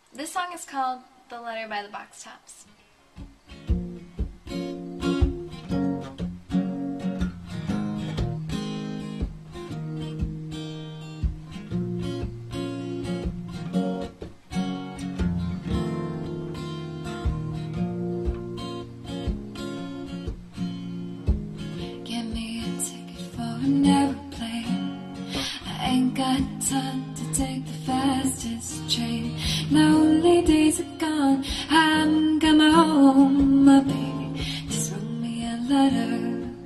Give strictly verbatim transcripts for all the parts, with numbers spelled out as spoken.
This song is called The Letter by the Box Tops. An airplane. I ain't got time to take the fastest train. Lonely days are gone. I'm coming home, my baby. Just wrote me a letter.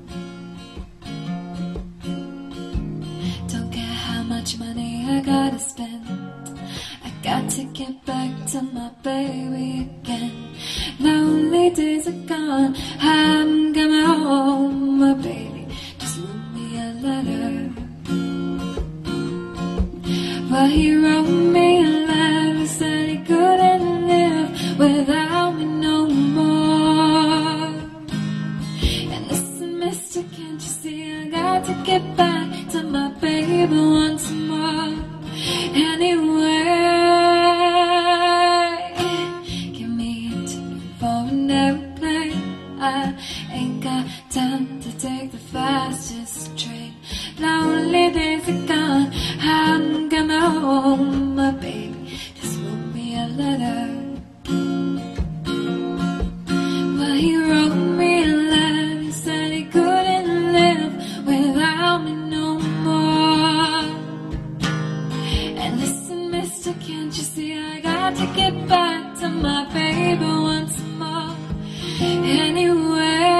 Don't care how much money I gotta spend. I got to get back to my baby again. Lonely days are gone. I'm coming home, my baby. Letter. Well, he wrote me a letter, said he couldn't live without me no more. And listen, mister, can't you see I got to get back to my baby once more. Anyway, give me a ticket for an airplane. I ain't got time to take the fastest train. Lonely days are gone. I'm coming home, my baby. Just wrote me a letter. Well, he wrote me a letter, said he couldn't live without me no more. And listen, mister, can't you see I got to get back to my baby once more. Anyway,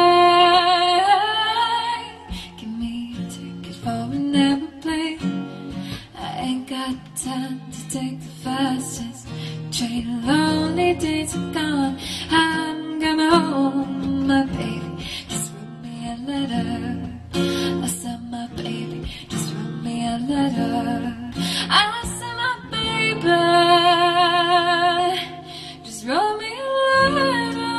time to take the fastest train. Lonely days are gone. I'm coming home, my baby. Just wrote me a letter. I said, my baby, just wrote me a letter. I said, my baby, just wrote me a letter.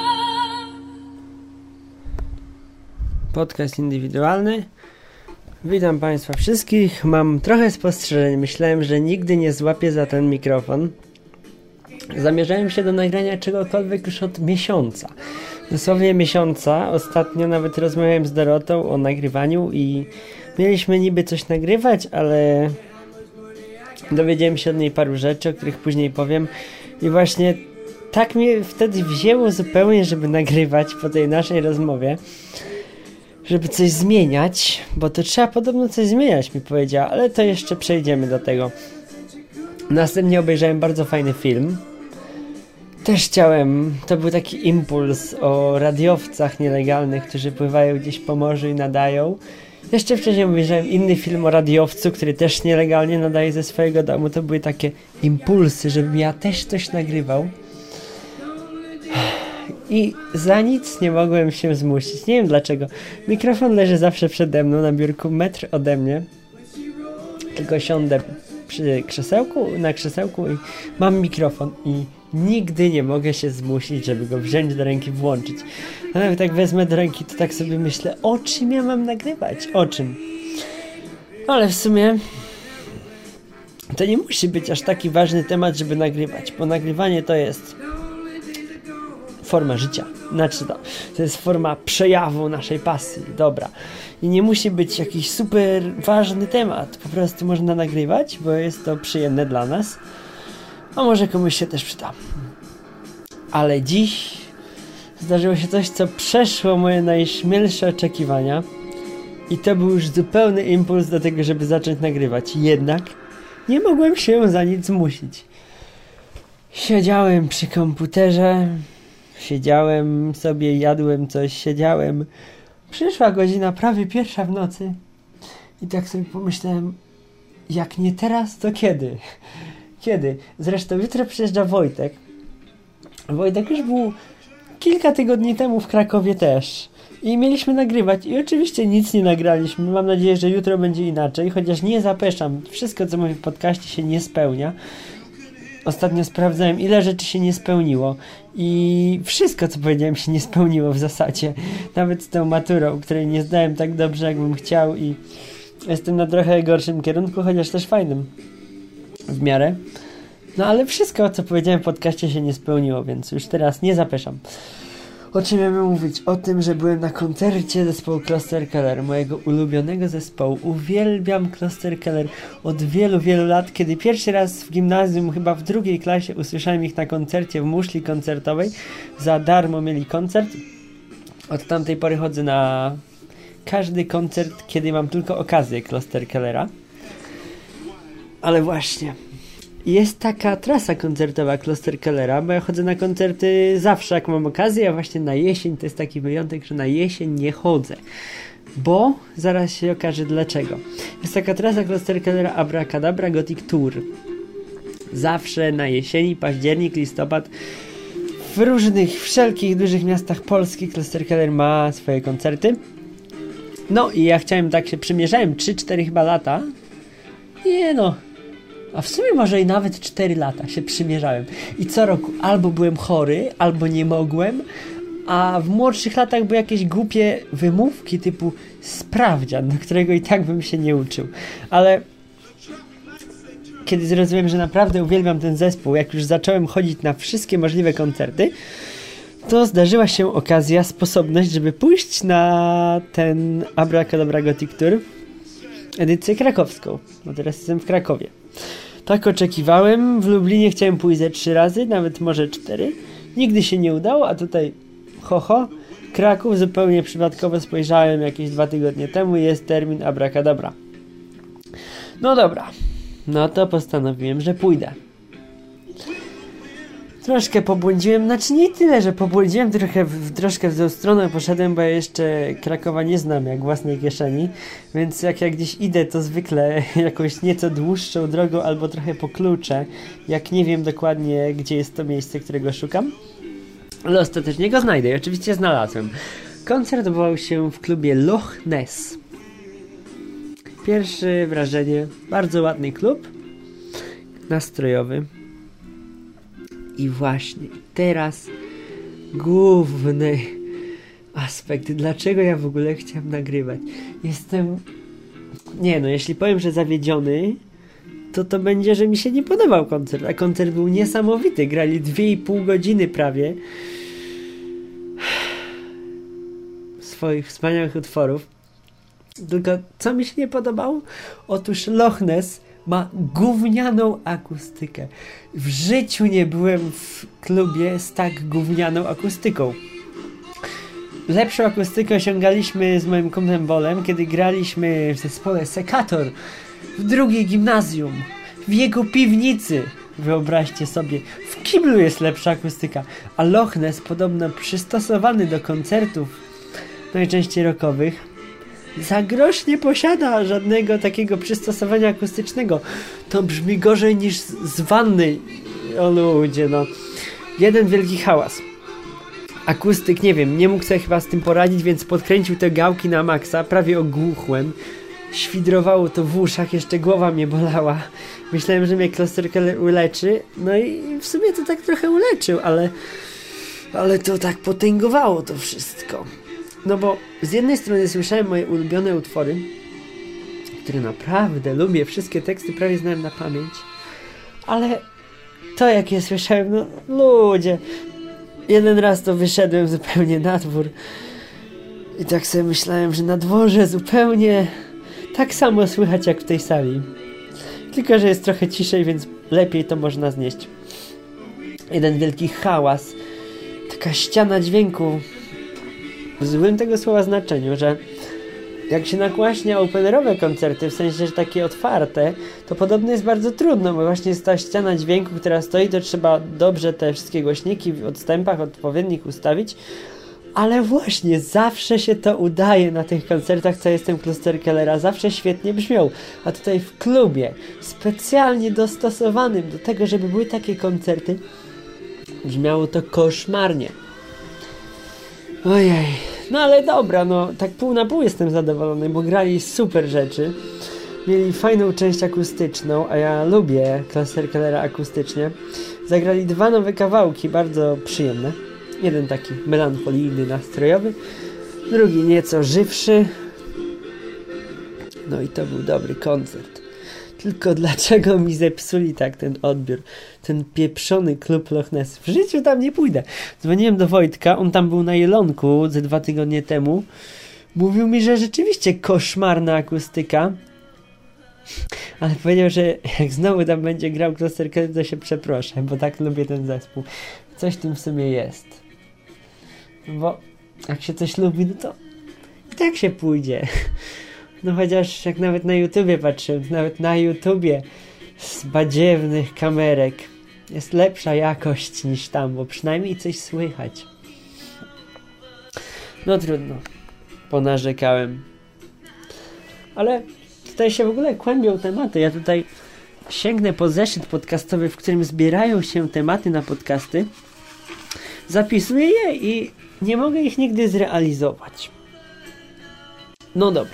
Podcast indywidualny. Witam Państwa wszystkich. Mam trochę spostrzeżeń. Myślałem, że nigdy nie złapię za ten mikrofon. Zamierzałem się do nagrania czegokolwiek już od miesiąca. Dosłownie miesiąca. Ostatnio nawet rozmawiałem z Dorotą o nagrywaniu i mieliśmy niby coś nagrywać, ale dowiedziałem się od niej paru rzeczy, o których później powiem. I właśnie tak mnie wtedy wzięło zupełnie, żeby nagrywać po tej naszej rozmowie. Żeby coś zmieniać, bo to trzeba podobno coś zmieniać, mi powiedziała, ale to jeszcze przejdziemy do tego. Następnie obejrzałem bardzo fajny film. Też chciałem, to był taki impuls o radiowcach nielegalnych, którzy pływają gdzieś po morzu i nadają. Jeszcze wcześniej obejrzałem inny film o radiowcu, który też nielegalnie nadaje ze swojego domu. To były takie impulsy, żebym ja też coś nagrywał. I za nic nie mogłem się zmusić. Nie wiem dlaczego. Mikrofon leży zawsze przede mną na biurku, metr ode mnie. Tylko siądę przy krzesełku, na krzesełku i mam mikrofon i nigdy nie mogę się zmusić, żeby go wziąć do ręki, włączyć. A nawet jak wezmę do ręki, to tak sobie myślę, o czym ja mam nagrywać? O czym? Ale w sumie to nie musi być aż taki ważny temat, żeby nagrywać, bo nagrywanie to jest forma życia. Znaczy to, to jest forma przejawu naszej pasji. Dobra. I nie musi być jakiś super ważny temat. Po prostu można nagrywać, bo jest to przyjemne dla nas. A może komuś się też przyda. Ale dziś zdarzyło się coś, co przeszło moje najśmielsze oczekiwania. I to był już zupełny impuls do tego, żeby zacząć nagrywać. Jednak nie mogłem się za nic zmusić. Siedziałem przy komputerze. Siedziałem sobie, jadłem coś, siedziałem. Przyszła godzina prawie pierwsza w nocy. I tak sobie pomyślałem, jak nie teraz, to kiedy? Kiedy? Zresztą jutro przyjeżdża Wojtek. Wojtek już był kilka tygodni temu w Krakowie też. I mieliśmy nagrywać. I oczywiście nic nie nagraliśmy. Mam nadzieję, że jutro będzie inaczej. Chociaż nie zapeszam. Wszystko, co mówię w podcaście, się nie spełnia. Ostatnio sprawdzałem, ile rzeczy się nie spełniło. I wszystko, co powiedziałem, się nie spełniło w zasadzie. Nawet z tą maturą, której nie zdałem tak dobrze, jakbym chciał. I jestem na trochę gorszym kierunku, chociaż też fajnym. W miarę. No ale wszystko, co powiedziałem w podcaście, się nie spełniło, więc już teraz nie zapeszam. O czym miałem mówić? O tym, że byłem na koncercie zespołu Klosterkeller, mojego ulubionego zespołu. Uwielbiam Klosterkeller od wielu, wielu lat. Kiedy pierwszy raz w gimnazjum, chyba w drugiej klasie, usłyszałem ich na koncercie w muszli koncertowej. Za darmo mieli koncert. Od tamtej pory chodzę na każdy koncert, kiedy mam tylko okazję Klosterkellera. Ale właśnie... Jest taka trasa koncertowa Klosterkellera, bo ja chodzę na koncerty zawsze, jak mam okazję, a właśnie na jesień to jest taki wyjątek, że na jesień nie chodzę. Bo zaraz się okaże dlaczego. Jest taka trasa Klosterkellera Abracadabra Gothic Tour. Zawsze na jesieni, październik, listopad w różnych, wszelkich dużych miastach Polski Klosterkeller ma swoje koncerty. No i ja chciałem, tak się przymierzałem, trzy cztery chyba lata. Nie no... A w sumie może i nawet cztery lata się przymierzałem. I co roku albo byłem chory, albo nie mogłem, a w młodszych latach były jakieś głupie wymówki typu sprawdzian, do którego i tak bym się nie uczył. Ale kiedy zrozumiałem, że naprawdę uwielbiam ten zespół, jak już zacząłem chodzić na wszystkie możliwe koncerty, to zdarzyła się okazja, sposobność, żeby pójść na ten Abracadabra Gothic Tour, edycję krakowską, bo teraz jestem w Krakowie. Tak oczekiwałem, w Lublinie chciałem pójść ze trzy razy, nawet może cztery. Nigdy się nie udało, a tutaj ho ho, Kraków zupełnie przypadkowo spojrzałem jakieś dwa tygodnie temu, jest termin Abracadabra. No dobra, no to postanowiłem, że pójdę. Troszkę pobłądziłem, znaczy nie tyle, że pobłądziłem, trochę w, troszkę w tę stronę poszedłem, bo ja jeszcze Krakowa nie znam jak własnej kieszeni, więc jak ja gdzieś idę, to zwykle jakąś nieco dłuższą drogą albo trochę po klucze, jak nie wiem dokładnie, gdzie jest to miejsce, którego szukam, ale ostatecznie go znajdę i oczywiście znalazłem. Koncert odbywał się w klubie Loch Ness. Pierwsze wrażenie, bardzo ładny klub, nastrojowy. I właśnie teraz główny aspekt, dlaczego ja w ogóle chciałem nagrywać. Jestem, nie no, jeśli powiem, że zawiedziony, to to będzie, że mi się nie podobał koncert, a koncert był niesamowity, grali dwie i pół godziny prawie swoich wspaniałych utworów. Tylko co mi się nie podobało? Otóż Loch Ness ma gównianą akustykę. W życiu nie byłem w klubie z tak gównianą akustyką. Lepszą akustykę osiągaliśmy z moim kumplem Bolem, kiedy graliśmy w zespole Sekator w drugiej gimnazjum, w jego piwnicy. Wyobraźcie sobie, w kiblu jest lepsza akustyka, a Loch Ness podobno przystosowany do koncertów najczęściej rockowych za grosz nie posiada żadnego takiego przystosowania akustycznego. To brzmi gorzej niż z wanny. O ludzie, no. Jeden wielki hałas. Akustyk, nie wiem, nie mógł sobie chyba z tym poradzić, więc podkręcił te gałki na maksa. Prawie ogłuchłem. Świdrowało to w uszach, jeszcze głowa mnie bolała. Myślałem, że mnie Klosterkeller uleczy. No i w sumie to tak trochę uleczył, ale... Ale to tak potęgowało to wszystko. No bo z jednej strony słyszałem moje ulubione utwory, które naprawdę lubię, wszystkie teksty prawie znałem na pamięć, ale to jak je słyszałem, no ludzie, jeden raz to wyszedłem zupełnie na dwór i tak sobie myślałem, że na dworze zupełnie tak samo słychać jak w tej sali, tylko że jest trochę ciszej, więc lepiej to można znieść. Jeden wielki hałas, taka ściana dźwięku, w złym tego słowa znaczeniu, że jak się nakłaśnie openerowe koncerty, w sensie, że takie otwarte, to podobno jest bardzo trudno, bo właśnie jest ta ściana dźwięku, która stoi, to trzeba dobrze te wszystkie głośniki w odstępach odpowiednich ustawić, ale właśnie zawsze się to udaje na tych koncertach, co jestem Klosterkellera, zawsze świetnie brzmią, a tutaj w klubie, specjalnie dostosowanym do tego, żeby były takie koncerty, brzmiało to koszmarnie. Ojej, no ale dobra, no tak pół na pół jestem zadowolony, bo grali super rzeczy. Mieli fajną część akustyczną, a ja lubię Klosterkellera akustycznie. Zagrali dwa nowe kawałki, bardzo przyjemne. Jeden taki melancholijny, nastrojowy, drugi nieco żywszy. No i to był dobry koncert. Tylko dlaczego mi zepsuli tak ten odbiór? ten pieprzony klub Loch Ness. W życiu tam nie pójdę. Dzwoniłem do Wojtka, on tam był na Jelonku ze dwa tygodnie temu. Mówił mi, że rzeczywiście koszmarna akustyka. Ale powiedział, że jak znowu tam będzie grał Kloster Keller, to się przeproszę, bo tak lubię ten zespół. Coś w tym w sumie jest. Bo jak się coś lubi, no to i tak się pójdzie. No chociaż jak nawet na YouTubie patrzyłem, nawet na YouTubie z badziewnych kamerek jest lepsza jakość niż tam, bo przynajmniej coś słychać. No trudno. Ponarzekałem. Ale tutaj się w ogóle kłębią tematy. Ja tutaj sięgnę po zeszyt podcastowy, w którym zbierają się tematy na podcasty. Zapisuję je i nie mogę ich nigdy zrealizować. No dobra.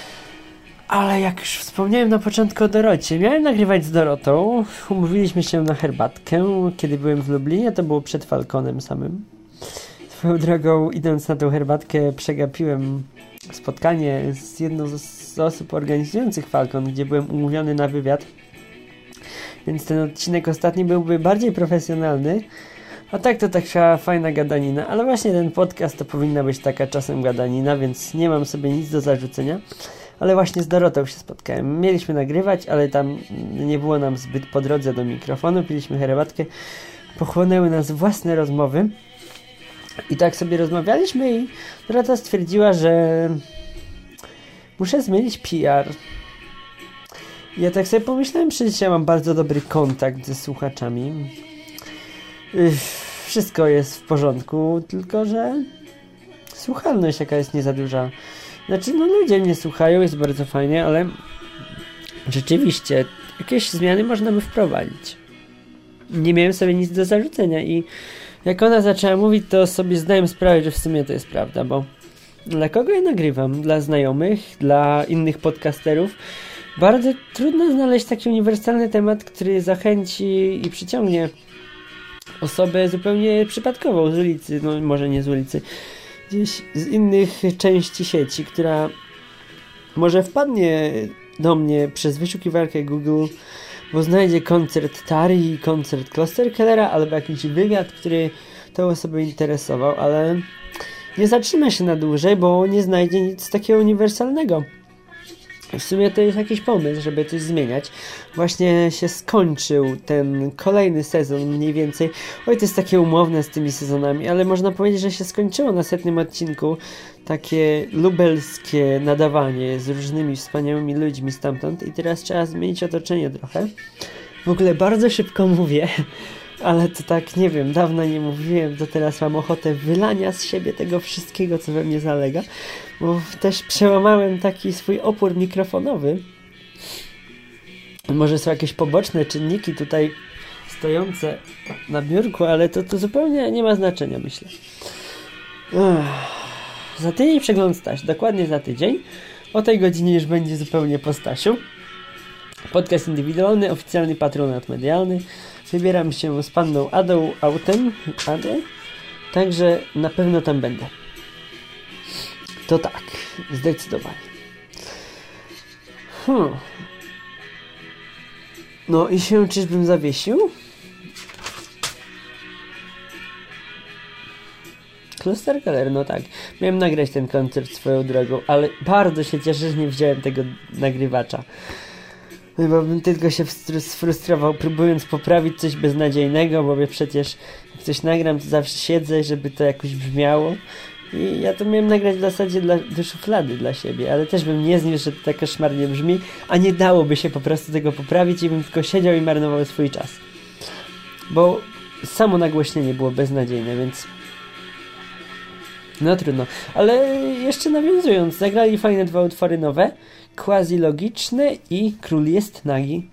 Ale jak już wspomniałem na początku o Dorocie, miałem nagrywać z Dorotą. Umówiliśmy się na herbatkę. Kiedy byłem w Lublinie, to było przed Falconem samym. Swoją drogą, idąc na tę herbatkę, przegapiłem spotkanie z jedną z osób organizujących Falcon, gdzie byłem umówiony na wywiad. Więc ten odcinek ostatni byłby bardziej profesjonalny. A tak to taka fajna gadanina. Ale właśnie ten podcast to powinna być taka czasem gadanina, więc nie mam sobie nic do zarzucenia. Ale właśnie z Dorotą się spotkałem. Mieliśmy nagrywać, ale tam nie było nam zbyt po drodze do mikrofonu. Piliśmy herbatkę. Pochłonęły nas własne rozmowy. I tak sobie rozmawialiśmy i Dorota stwierdziła, że muszę zmienić P R. I ja tak sobie pomyślałem, przecież ja mam bardzo dobry kontakt ze słuchaczami. Wszystko jest w porządku, tylko że słuchalność jaka jest nie za duża. Znaczy, no ludzie mnie słuchają, jest bardzo fajnie, ale rzeczywiście jakieś zmiany można by wprowadzić. Nie miałem sobie nic do zarzucenia i jak ona zaczęła mówić, to sobie zdałem sprawę, że w sumie to jest prawda, bo dla kogo ja nagrywam? Dla znajomych, dla innych podcasterów? Bardzo trudno znaleźć taki uniwersalny temat, który zachęci i przyciągnie osobę zupełnie przypadkową z ulicy, no może nie z ulicy, gdzieś z innych części sieci, która może wpadnie do mnie przez wyszukiwarkę Google, bo znajdzie koncert Tari, koncert Kloster Kellera albo jakiś wywiad, który tę osobę interesował, ale nie zatrzyma się na dłużej, bo nie znajdzie nic takiego uniwersalnego. W sumie to jest jakiś pomysł, żeby coś zmieniać. Właśnie się skończył ten kolejny sezon mniej więcej. Oj, to jest takie umowne z tymi sezonami, ale można powiedzieć, że się skończyło na setnym odcinku. Takie lubelskie nadawanie z różnymi wspaniałymi ludźmi stamtąd i teraz trzeba zmienić otoczenie trochę. W ogóle bardzo szybko mówię, ale to tak, nie wiem, dawno nie mówiłem, to teraz mam ochotę wylania z siebie tego wszystkiego, co we mnie zalega, bo też przełamałem taki swój opór mikrofonowy. Może są jakieś poboczne czynniki tutaj stojące na biurku, ale to, to zupełnie nie ma znaczenia, myślę. Uff. Za tydzień przegląd Staś, dokładnie za tydzień. O tej godzinie już będzie zupełnie po Stasiu. Podcast indywidualny, oficjalny patronat medialny. Wybieram się z panną Adą autem, Adę, także na pewno tam będę. To tak, zdecydowanie. Hmm. No i się czyżbym zawiesił? Kloster Keller, no tak. Miałem nagrać ten koncert swoją drogą, ale bardzo się cieszę, że nie wziąłem tego nagrywacza. Bo bym tylko się sfrustrował, próbując poprawić coś beznadziejnego, bo ja przecież jak coś nagram, to zawsze siedzę, żeby to jakoś brzmiało. I ja to miałem nagrać w zasadzie dla, do szuflady dla siebie, ale też bym nie zniósł, że to tak koszmarnie brzmi, a nie dałoby się po prostu tego poprawić i bym tylko siedział i marnował swój czas. Bo samo nagłośnienie było beznadziejne, więc no trudno. Ale jeszcze nawiązując, zagrali fajne dwa utwory nowe, Quasi-logiczne i Król jest nagi.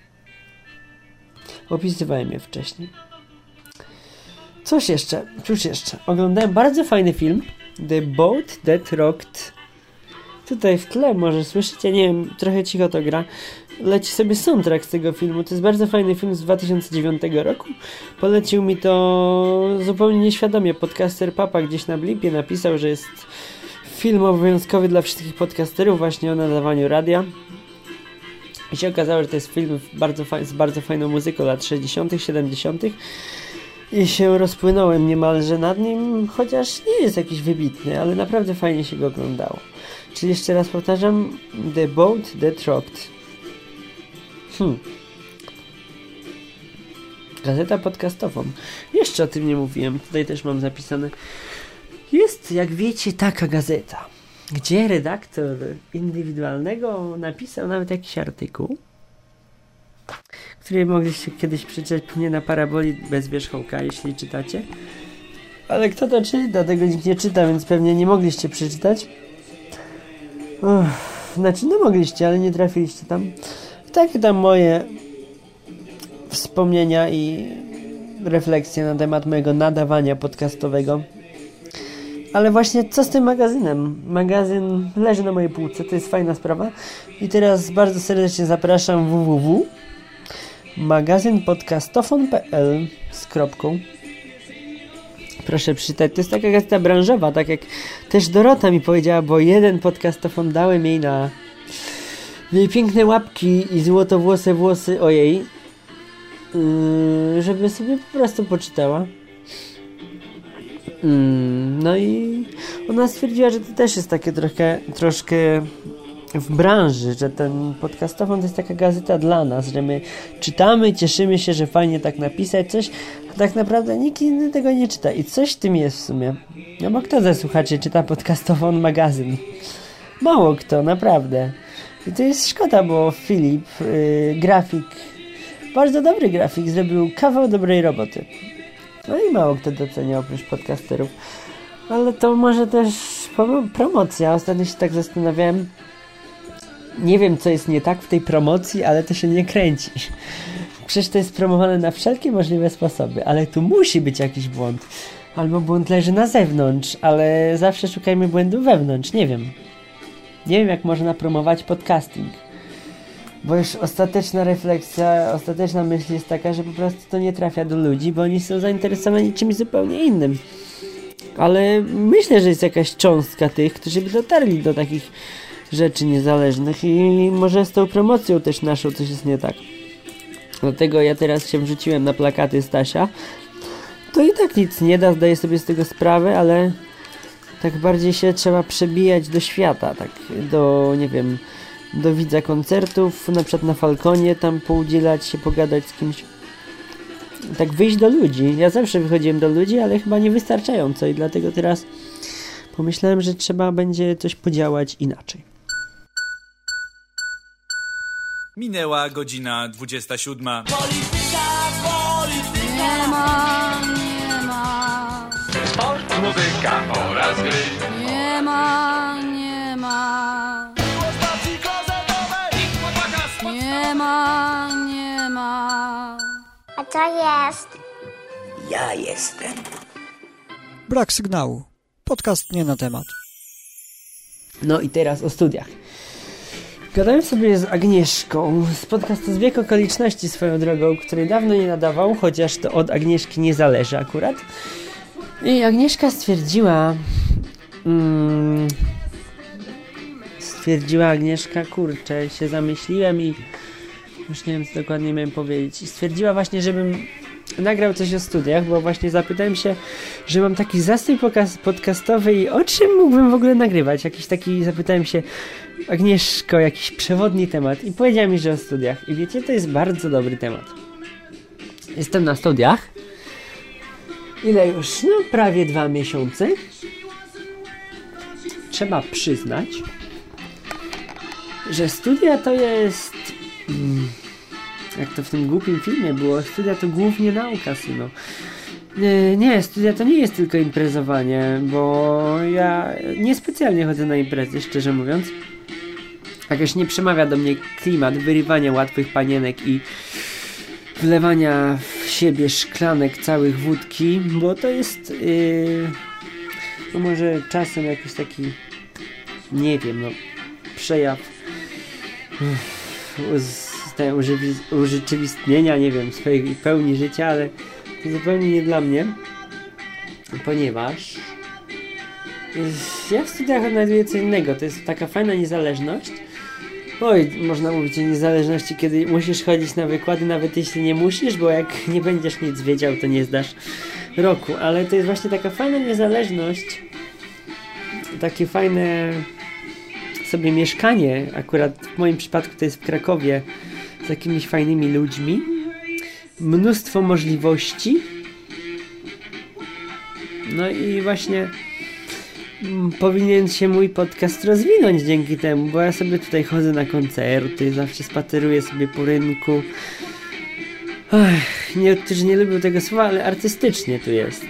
Opisywałem je wcześniej. Coś jeszcze, cóż jeszcze. Oglądałem bardzo fajny film, The Boat That Rocked. Tutaj w tle może słyszycie, nie wiem, trochę cicho to gra. Leci sobie soundtrack z tego filmu. To jest bardzo fajny film z dwa tysiące dziewiątego roku. Polecił mi to zupełnie nieświadomie. Podcaster Papa gdzieś na blipie napisał, że jest film obowiązkowy dla wszystkich podcasterów właśnie o nadawaniu radia. I się okazało, że to jest film bardzo fa- z bardzo fajną muzyką lat sześćdziesiątych, siedemdziesiątych. I się rozpłynąłem niemalże nad nim, chociaż nie jest jakiś wybitny, ale naprawdę fajnie się go oglądało. Czyli jeszcze raz powtarzam, The Boat That Rocked. Hmm. Gazeta podcastowa. Jeszcze o tym nie mówiłem, tutaj też mam zapisane. Jest, jak wiecie, taka gazeta, gdzie redaktor indywidualnego napisał nawet jakiś artykuł, który mogliście kiedyś przeczytać pewnie na paraboli bez wierzchołka, jeśli czytacie. Ale kto to czyta? Tego nikt nie czyta, więc pewnie nie mogliście przeczytać. Uff, znaczy, no mogliście, ale nie trafiliście tam. Takie tam moje wspomnienia i refleksje na temat mojego nadawania podcastowego. Ale właśnie co z tym magazynem? Magazyn leży na mojej półce, to jest fajna sprawa. I teraz bardzo serdecznie zapraszam www kropka magazyn podcastofon kropka pl z kropką. Proszę przeczytać, to jest taka gazeta branżowa, tak jak też Dorota mi powiedziała, bo jeden podcastofon dałem jej na jej piękne łapki i złotowłose włosy, ojej, yy, żeby sobie po prostu poczytała. Yy, no i ona stwierdziła, że to też jest takie trochę, troszkę w branży, że ten podcastofon to jest taka gazeta dla nas, że my czytamy, cieszymy się, że fajnie tak napisać coś, a tak naprawdę nikt inny tego nie czyta i coś w tym jest w sumie. No bo kto ze słuchaczy czyta podcastofon magazyn? Mało kto, naprawdę. I to jest szkoda, bo Filip, yy, grafik, bardzo dobry grafik, zrobił kawał dobrej roboty. No i mało kto docenia oprócz podcasterów. Ale to może też promocja. Ostatnio się tak zastanawiałem. Nie wiem, co jest nie tak w tej promocji, ale to się nie kręci. Przecież to jest promowane na wszelkie możliwe sposoby, ale tu musi być jakiś błąd. Albo błąd leży na zewnątrz, ale zawsze szukajmy błędu wewnątrz. Nie wiem. Nie wiem, jak można promować podcasting. Bo już ostateczna refleksja, ostateczna myśl jest taka, że po prostu to nie trafia do ludzi, bo oni są zainteresowani czymś zupełnie innym. Ale myślę, że jest jakaś cząstka tych, którzy by dotarli do takich rzeczy niezależnych i może z tą promocją też naszą coś jest nie tak. Dlatego ja teraz się wrzuciłem na plakaty Stasia. To i tak nic nie da, zdaję sobie z tego sprawę, ale tak bardziej się trzeba przebijać do świata, tak do, nie wiem, do widza koncertów, na przykład na Falconie, tam poudzielać się, pogadać z kimś. Tak wyjść do ludzi. Ja zawsze wychodziłem do ludzi, ale chyba nie wystarczająco i dlatego teraz pomyślałem, że trzeba będzie coś podziałać inaczej. Minęła godzina dwudziesta siódma. Polityka, polityka. Nie ma, nie ma. Sport, muzyka oraz gry. Nie ma, nie ma. Stacji gazetowej. Nie ma, nie ma. A co jest? Ja jestem. Brak sygnału. Podcast nie na temat. No i teraz o studiach. Gadałem sobie z Agnieszką z podcastu Zbieg Okoliczności swoją drogą, który dawno nie nadawał, chociaż to od Agnieszki nie zależy akurat. I Agnieszka stwierdziła... Mm, stwierdziła Agnieszka, kurczę, się zamyśliłem i już nie wiem, co dokładnie miałem powiedzieć. Stwierdziła właśnie, żebym nagrał coś o studiach, bo właśnie zapytałem się, że mam taki zastój podcastowy i o czym mógłbym w ogóle nagrywać? Jakiś taki, zapytałem się, Agnieszko, jakiś przewodni temat i powiedziała mi, że o studiach. I wiecie, to jest bardzo dobry temat. Jestem na studiach. Ile już? No, prawie dwa miesiące. Trzeba przyznać, że studia to jest... Hmm, jak to w tym głupim filmie było, studia to głównie nauka, syno. Nie, nie, studia to nie jest tylko imprezowanie, bo ja niespecjalnie chodzę na imprezy, szczerze mówiąc. Jakoś nie przemawia do mnie klimat wyrywania łatwych panienek i wlewania w siebie szklanek całych wódki, bo to jest yy, no może czasem jakiś taki, nie wiem, no przejaw yy, urzeczywistnienia, nie wiem, swojej pełni życia, ale to zupełnie nie dla mnie, ponieważ yy, ja w studiach odnajduję co innego. To jest taka fajna niezależność Oj, można mówić o niezależności, kiedy musisz chodzić na wykłady, nawet jeśli nie musisz, bo jak nie będziesz nic wiedział, to nie zdasz roku. Ale to jest właśnie taka fajna niezależność, takie fajne sobie mieszkanie, akurat w moim przypadku to jest w Krakowie, z jakimiś fajnymi ludźmi, mnóstwo możliwości, no i właśnie m, powinien się mój podcast rozwinąć dzięki temu, bo ja sobie tutaj chodzę na koncerty, zawsze spaceruję sobie po rynku. Ach, niektórzy nie lubią tego słowa, ale artystycznie tu jest.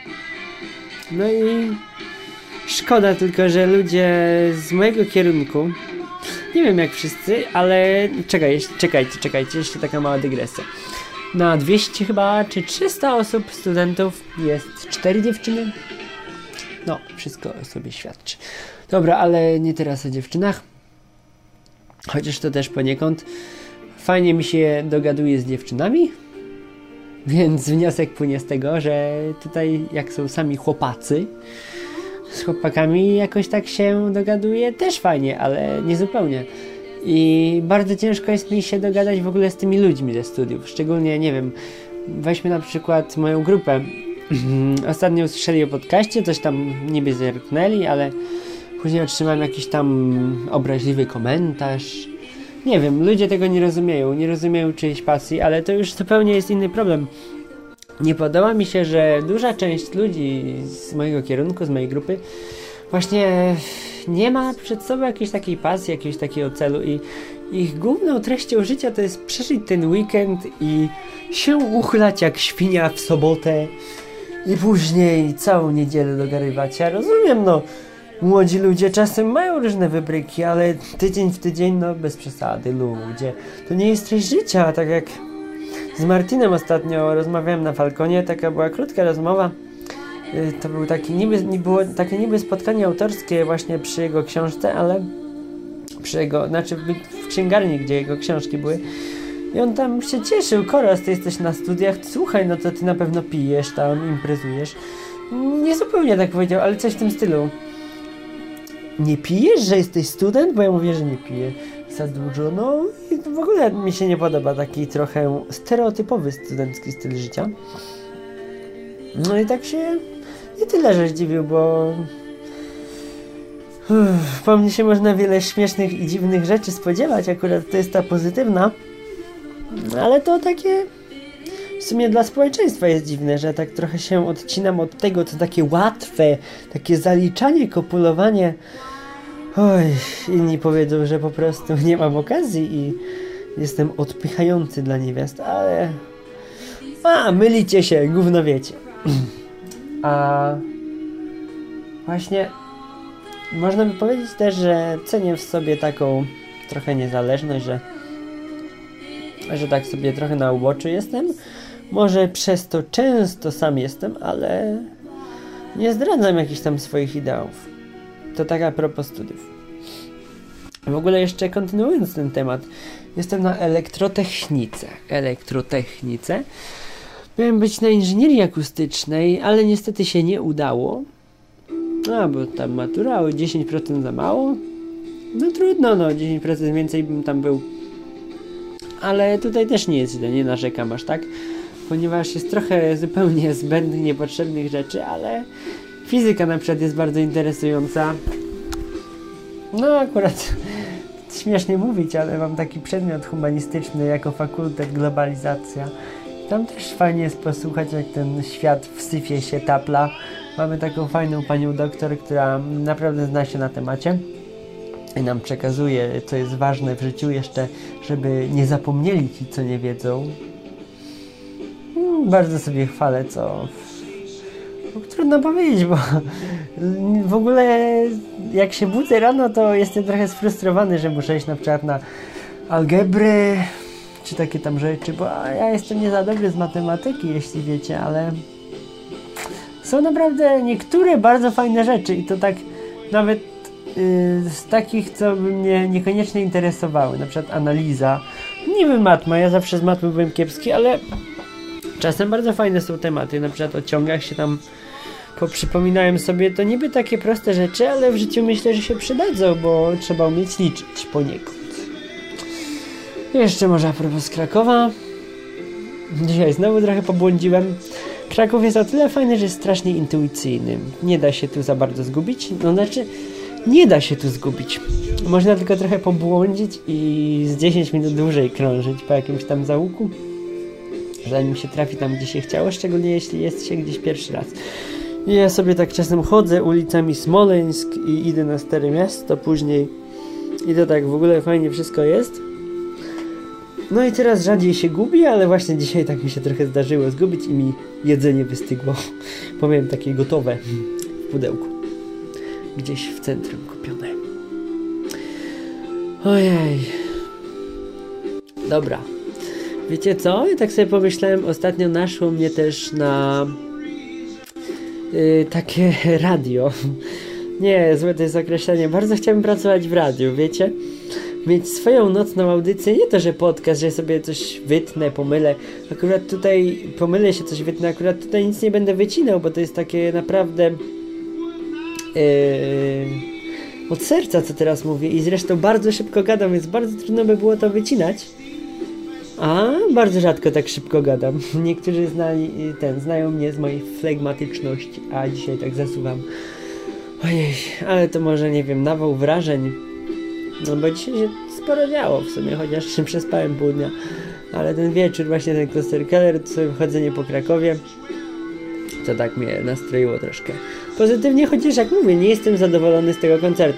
No i szkoda tylko, że ludzie z mojego kierunku, nie wiem jak wszyscy, ale czekaj, czekajcie, czekajcie, jeszcze taka mała dygresja. Na dwieście chyba, czy trzysta osób, studentów, jest cztery dziewczyny. No, wszystko sobie świadczy. Dobra, ale nie teraz o dziewczynach. Chociaż to też poniekąd. Fajnie mi się dogaduje z dziewczynami. Więc wniosek płynie z tego, że tutaj jak są sami chłopacy, z chłopakami jakoś tak się dogaduje też fajnie, ale nie zupełnie. I bardzo ciężko jest mi się dogadać w ogóle z tymi ludźmi ze studiów. Szczególnie, nie wiem, weźmy na przykład moją grupę. Ostatnio usłyszeli o podcaście, coś tam niby zerknęli, ale później otrzymałem jakiś tam obraźliwy komentarz. Nie wiem, ludzie tego nie rozumieją, nie rozumieją czyjejś pasji, ale to już zupełnie jest inny problem. Nie podoba mi się, że duża część ludzi z mojego kierunku, z mojej grupy właśnie nie ma przed sobą jakiejś takiej pasji, jakiegoś takiego celu i ich główną treścią życia to jest przeżyć ten weekend i się uchlać jak świnia w sobotę i później całą niedzielę dogarywać. Ja rozumiem, no, młodzi ludzie czasem mają różne wybryki, ale tydzień w tydzień, no bez przesady, ludzie. To nie jest treść życia, tak jak z Martinem ostatnio rozmawiałem na Falconie, taka była krótka rozmowa. To był taki niby, było takie niby spotkanie autorskie właśnie przy jego książce, ale przy jego, znaczy w księgarni, gdzie jego książki były. I on tam się cieszył, Koros, ty jesteś na studiach, słuchaj, no to ty na pewno pijesz tam, imprezujesz. Nie zupełnie tak powiedział, ale coś w tym stylu. Nie pijesz, że jesteś student? Bo ja mówię, że nie piję za dużo. No i w ogóle mi się nie podoba taki trochę stereotypowy studencki styl życia. No i tak się nie tyle, że zdziwił, bo Uff, po mnie się można wiele śmiesznych i dziwnych rzeczy spodziewać, akurat to jest ta pozytywna, ale to takie w sumie dla społeczeństwa jest dziwne, że tak trochę się odcinam od tego, co takie łatwe, takie zaliczanie, kopulowanie. Oj, inni powiedzą, że po prostu nie mam okazji i jestem odpychający dla niewiast, ale a, mylicie się, gówno wiecie. A właśnie można by powiedzieć też, że cenię w sobie taką trochę niezależność, że że tak sobie trochę na uboczu jestem. Może przez to często sam jestem, ale nie zdradzam jakichś tam swoich ideałów. To tak a propos studiów. W ogóle jeszcze kontynuując ten temat, jestem na elektrotechnice. Elektrotechnice. Miałem być na inżynierii akustycznej, ale niestety się nie udało. A, bo tam matura o dziesięć procent za mało. No trudno, no dziesięć procent więcej bym tam był. Ale tutaj też nie jest źle, nie narzekam aż tak. Ponieważ jest trochę zupełnie zbędnych, niepotrzebnych rzeczy, ale fizyka na przykład jest bardzo interesująca. No akurat śmiesznie mówić, ale mam taki przedmiot humanistyczny jako fakultet globalizacja. Tam też fajnie jest posłuchać, jak ten świat w syfie się tapla. Mamy taką fajną panią doktor, która naprawdę zna się na temacie i nam przekazuje, co jest ważne w życiu jeszcze, żeby nie zapomnieli ci, co nie wiedzą. Bardzo sobie chwalę, co trudno powiedzieć, bo w ogóle jak się budzę rano, to jestem trochę sfrustrowany, że muszę iść na przykład na algebry czy takie tam rzeczy, bo ja jestem nie za dobry z matematyki, jeśli wiecie, ale są naprawdę niektóre bardzo fajne rzeczy i to tak nawet yy, z takich, co by mnie niekoniecznie interesowały, na przykład analiza. Niby matma, ja zawsze z matmy byłem kiepski, ale czasem bardzo fajne są tematy, na przykład o ciągach się tam poprzypominałem sobie, to niby takie proste rzeczy, ale w życiu myślę, że się przydadzą, bo trzeba umieć liczyć poniekąd. Jeszcze może a propos Krakowa. Dzisiaj znowu trochę pobłądziłem. Kraków jest o tyle fajny, że jest strasznie intuicyjny. Nie da się tu za bardzo zgubić. No znaczy, nie da się tu zgubić. Można tylko trochę pobłądzić i z dziesięć minut dłużej krążyć po jakimś tam załuku, zanim się trafi tam, gdzie się chciało, szczególnie jeśli jest się gdzieś pierwszy raz. I ja sobie tak czasem chodzę ulicami Smoleńsk i idę na Stare Miasto później i to tak w ogóle fajnie wszystko jest. No i teraz rzadziej się gubi, ale właśnie dzisiaj tak mi się trochę zdarzyło zgubić i mi jedzenie wystygło. Powiem takie gotowe w pudełku. Gdzieś w centrum kupione. Ojej. Dobra. Wiecie co? Ja tak sobie pomyślałem, ostatnio naszło mnie też na yy, takie radio. Nie, złe to jest określenie. Bardzo chciałem pracować w radiu, wiecie? Mieć swoją nocną audycję, nie to, że podcast, że sobie coś wytnę, pomylę. Akurat tutaj pomylę się, coś wytnę, akurat tutaj nic nie będę wycinał, bo to jest takie naprawdę yy, od serca, co teraz mówię. I zresztą bardzo szybko gadam, więc bardzo trudno by było to wycinać. A bardzo rzadko tak szybko gadam. Niektórzy znali, ten, znają mnie z mojej flegmatyczności, a dzisiaj tak zasuwam. Ojej, ale to może, nie wiem, nawał wrażeń. No bo dzisiaj się sporo działo w sumie, chociaż przespałem pół dnia. Ale ten wieczór, właśnie ten Klosterkeller, to sobie chodzenie po Krakowie, to tak mnie nastroiło troszkę pozytywnie, chociaż jak mówię, nie jestem zadowolony z tego koncertu.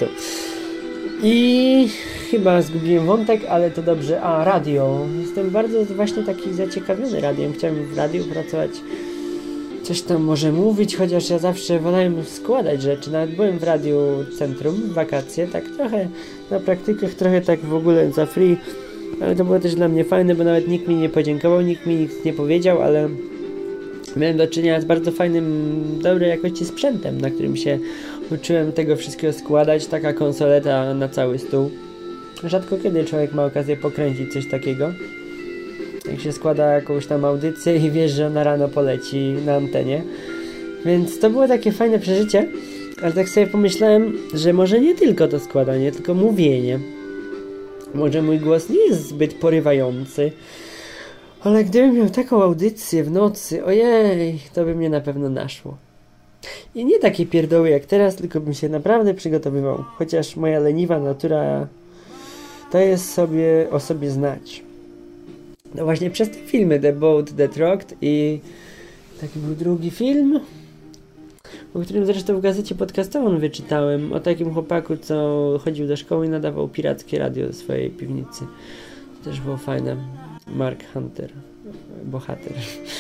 I chyba zgubiłem wątek, ale to dobrze. A, radio. Jestem bardzo właśnie taki zaciekawiony radiem. Chciałem w radiu pracować, coś tam może mówić, chociaż ja zawsze wolałem składać rzeczy. Nawet byłem w Radiu Centrum w wakacje, tak trochę na praktykach, trochę tak w ogóle za free, ale to było też dla mnie fajne, bo nawet nikt mi nie podziękował, nikt mi nic nie powiedział, ale miałem do czynienia z bardzo fajnym, dobrej jakości sprzętem, na którym się uczyłem tego wszystkiego składać, taka konsoleta na cały stół. Rzadko kiedy człowiek ma okazję pokręcić coś takiego. Jak się składa jakąś tam audycję i wiesz, że ona rano poleci na antenie. Więc to było takie fajne przeżycie, ale tak sobie pomyślałem, że może nie tylko to składanie, tylko mówienie. Może mój głos nie jest zbyt porywający, ale gdybym miał taką audycję w nocy, ojej, to by mnie na pewno naszło. I nie takie pierdoły jak teraz, tylko bym się naprawdę przygotowywał. Chociaż moja leniwa natura daje sobie o sobie znać. No właśnie przez te filmy The Boat That Rocked i taki był drugi film, o którym zresztą w gazecie podcastową wyczytałem, o takim chłopaku, co chodził do szkoły i nadawał pirackie radio do swojej piwnicy. To też było fajne. Mark Hunter, bohater.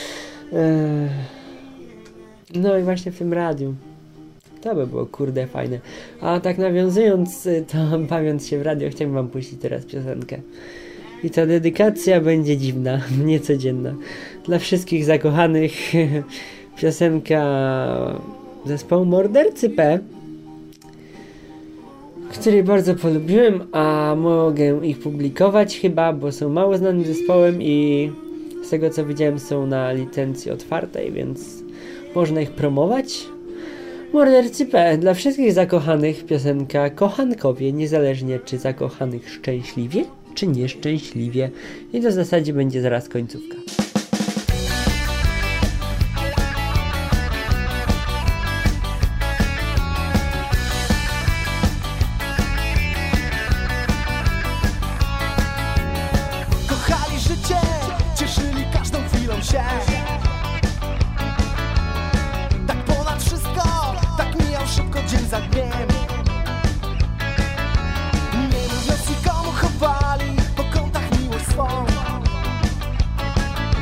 No i właśnie w tym radiu. To by było kurde fajne. A tak nawiązując, to bawiąc się w radio, chciałem wam puścić teraz piosenkę. I ta dedykacja będzie dziwna, niecodzienna. Dla wszystkich zakochanych piosenka zespołu Mordercy P, który bardzo polubiłem, a mogę ich publikować chyba, bo są mało znanym zespołem i z tego co widziałem są na licencji otwartej, więc można ich promować. Mordercy P, dla wszystkich zakochanych piosenka Kochankowie, niezależnie czy zakochanych szczęśliwie, czy nieszczęśliwie. I to w zasadzie będzie zaraz końcówka. Kochali życie, cieszyli każdą chwilą się. Tak ponad wszystko, tak mijał szybko dzień za dniem. Nie mówiąc nikomu chowali po kątach miłość swą.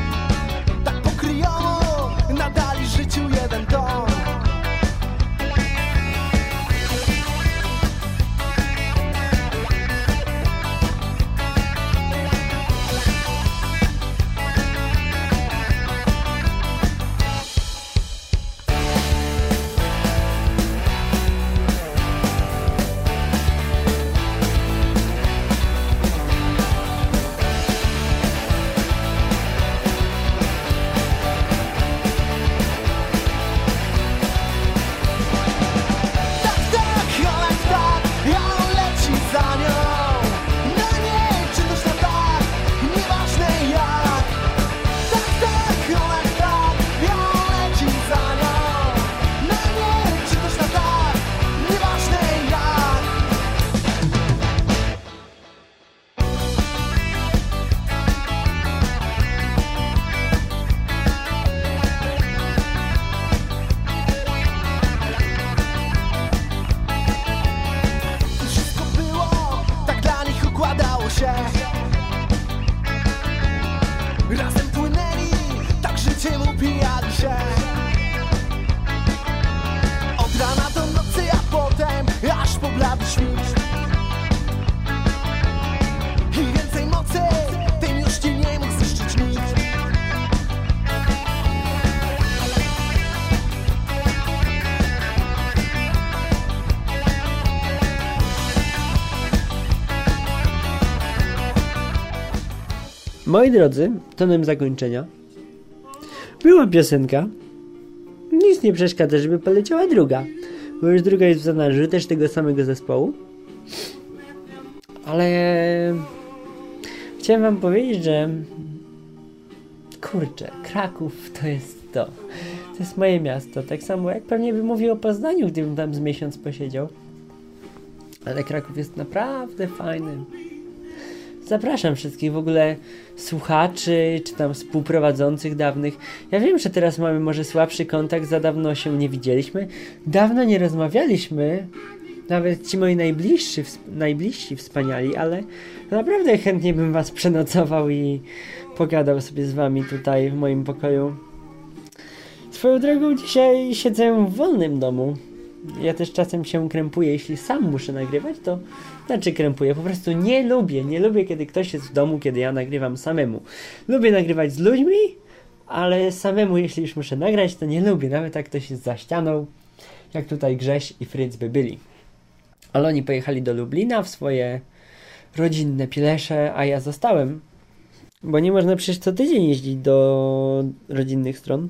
śmiali się od rana do nocy, a potem aż po blady świt. I więcej mocy tym już ci nie mógł zniszczyć nikt. Moi drodzy, tonem zakończenia była piosenka. Nic nie przeszkadza, żeby poleciała druga, bo już druga jest w zanadrzu, też tego samego zespołu. Ale chciałem wam powiedzieć, że kurczę, Kraków to jest to. To jest moje miasto. Tak samo jak pewnie bym mówił o Poznaniu, gdybym tam z miesiąc posiedział. Ale Kraków jest naprawdę fajny. Zapraszam wszystkich w ogóle słuchaczy, czy tam współprowadzących dawnych. Ja wiem, że teraz mamy może słabszy kontakt, za dawno się nie widzieliśmy. Dawno nie rozmawialiśmy, nawet ci moi najbliżsi, najbliżsi wspaniali, ale naprawdę chętnie bym was przenocował i pogadał sobie z wami tutaj w moim pokoju. Swoją drogą dzisiaj siedzę w wolnym domu. Ja też czasem się krępuję, jeśli sam muszę nagrywać, to znaczy krępuję, po prostu nie lubię, nie lubię kiedy ktoś jest w domu, kiedy ja nagrywam samemu. Lubię nagrywać z ludźmi, ale samemu jeśli już muszę nagrać, to nie lubię, nawet jak ktoś jest za ścianą, jak tutaj Grześ i Fryc by byli. Ale oni pojechali do Lublina w swoje rodzinne Pilesze, a ja zostałem, bo nie można przecież co tydzień jeździć do rodzinnych stron.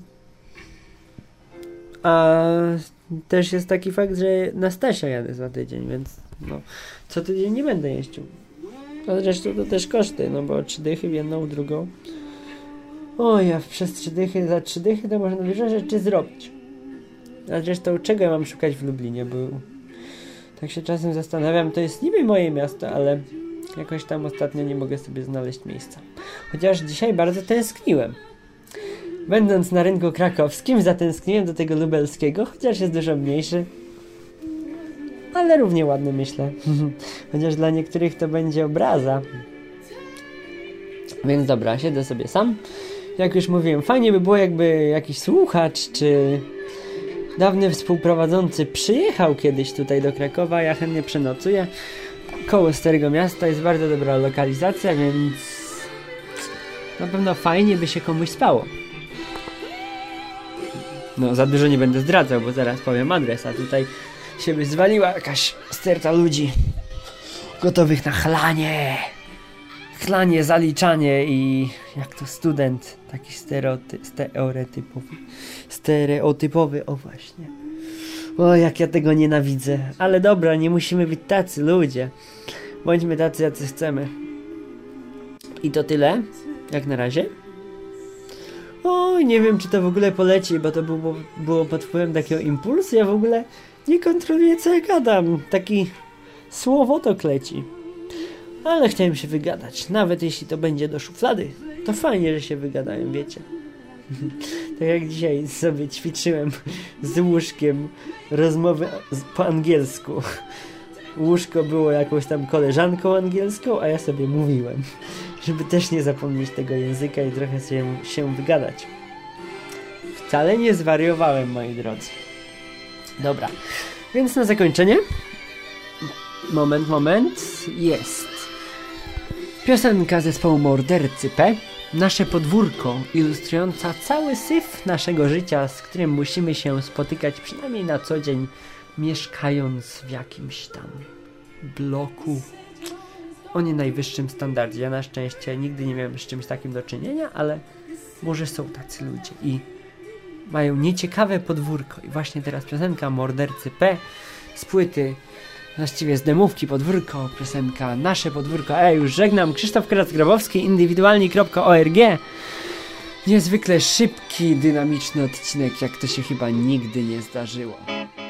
A też jest taki fakt, że na Stasia jadę za tydzień, więc no, co tydzień nie będę jeździł. A zresztą to też koszty, no bo trzy dychy w jedną, w drugą. O ja przez trzy dychy, za trzy dychy to można dużo rzeczy zrobić. A zresztą czego ja mam szukać w Lublinie, bo tak się czasem zastanawiam, to jest niby moje miasto, ale jakoś tam ostatnio nie mogę sobie znaleźć miejsca. Chociaż dzisiaj bardzo tęskniłem. Będąc na rynku krakowskim, zatęskniłem do tego lubelskiego, chociaż jest dużo mniejszy. Ale równie ładny, myślę. Chociaż dla niektórych to będzie obraza. Więc dobra, siedzę sobie sam. Jak już mówiłem, fajnie by było, jakby jakiś słuchacz, czy dawny współprowadzący przyjechał kiedyś tutaj do Krakowa. Ja chętnie przenocuję. Koło Starego Miasta jest bardzo dobra lokalizacja, więc na pewno fajnie by się komuś spało. No, za dużo nie będę zdradzał, bo zaraz powiem adres, a tutaj się by zwaliła jakaś sterta ludzi gotowych na chlanie. Chlanie, zaliczanie i jak to student, taki stereoty, stereotypowy, stereotypowy, o właśnie. O, jak ja tego nienawidzę. Ale dobra, nie musimy być tacy ludzie. Bądźmy tacy, jacy chcemy. I to tyle, jak na razie. Oj, nie wiem, czy to w ogóle poleci, bo to było, było pod wpływem takiego impulsu. Ja w ogóle nie kontroluję, co ja gadam. Taki słowotok leci. Ale chciałem się wygadać. Nawet jeśli to będzie do szuflady, to fajnie, że się wygadałem, wiecie. Tak jak dzisiaj sobie ćwiczyłem z łóżkiem rozmowę po angielsku. Łóżko było jakąś tam koleżanką angielską, a ja sobie mówiłem, żeby też nie zapomnieć tego języka i trochę się, się wygadać. Wcale nie zwariowałem, moi drodzy. Dobra, więc na zakończenie moment, moment jest piosenka zespołu Mordercy P, Nasze podwórko, ilustrująca cały syf naszego życia, z którym musimy się spotykać przynajmniej na co dzień, mieszkając w jakimś tam bloku o nie najwyższym standardzie. Ja na szczęście nigdy nie miałem z czymś takim do czynienia, ale może są tacy ludzie i mają nieciekawe podwórko. I właśnie teraz piosenka Mordercy P z płyty, właściwie z demówki Podwórko, piosenka Nasze podwórko. A ja już żegnam. Krzysztof Krac-Grabowski, indywidualni kropka org. Niezwykle szybki, dynamiczny odcinek, jak to się chyba nigdy nie zdarzyło.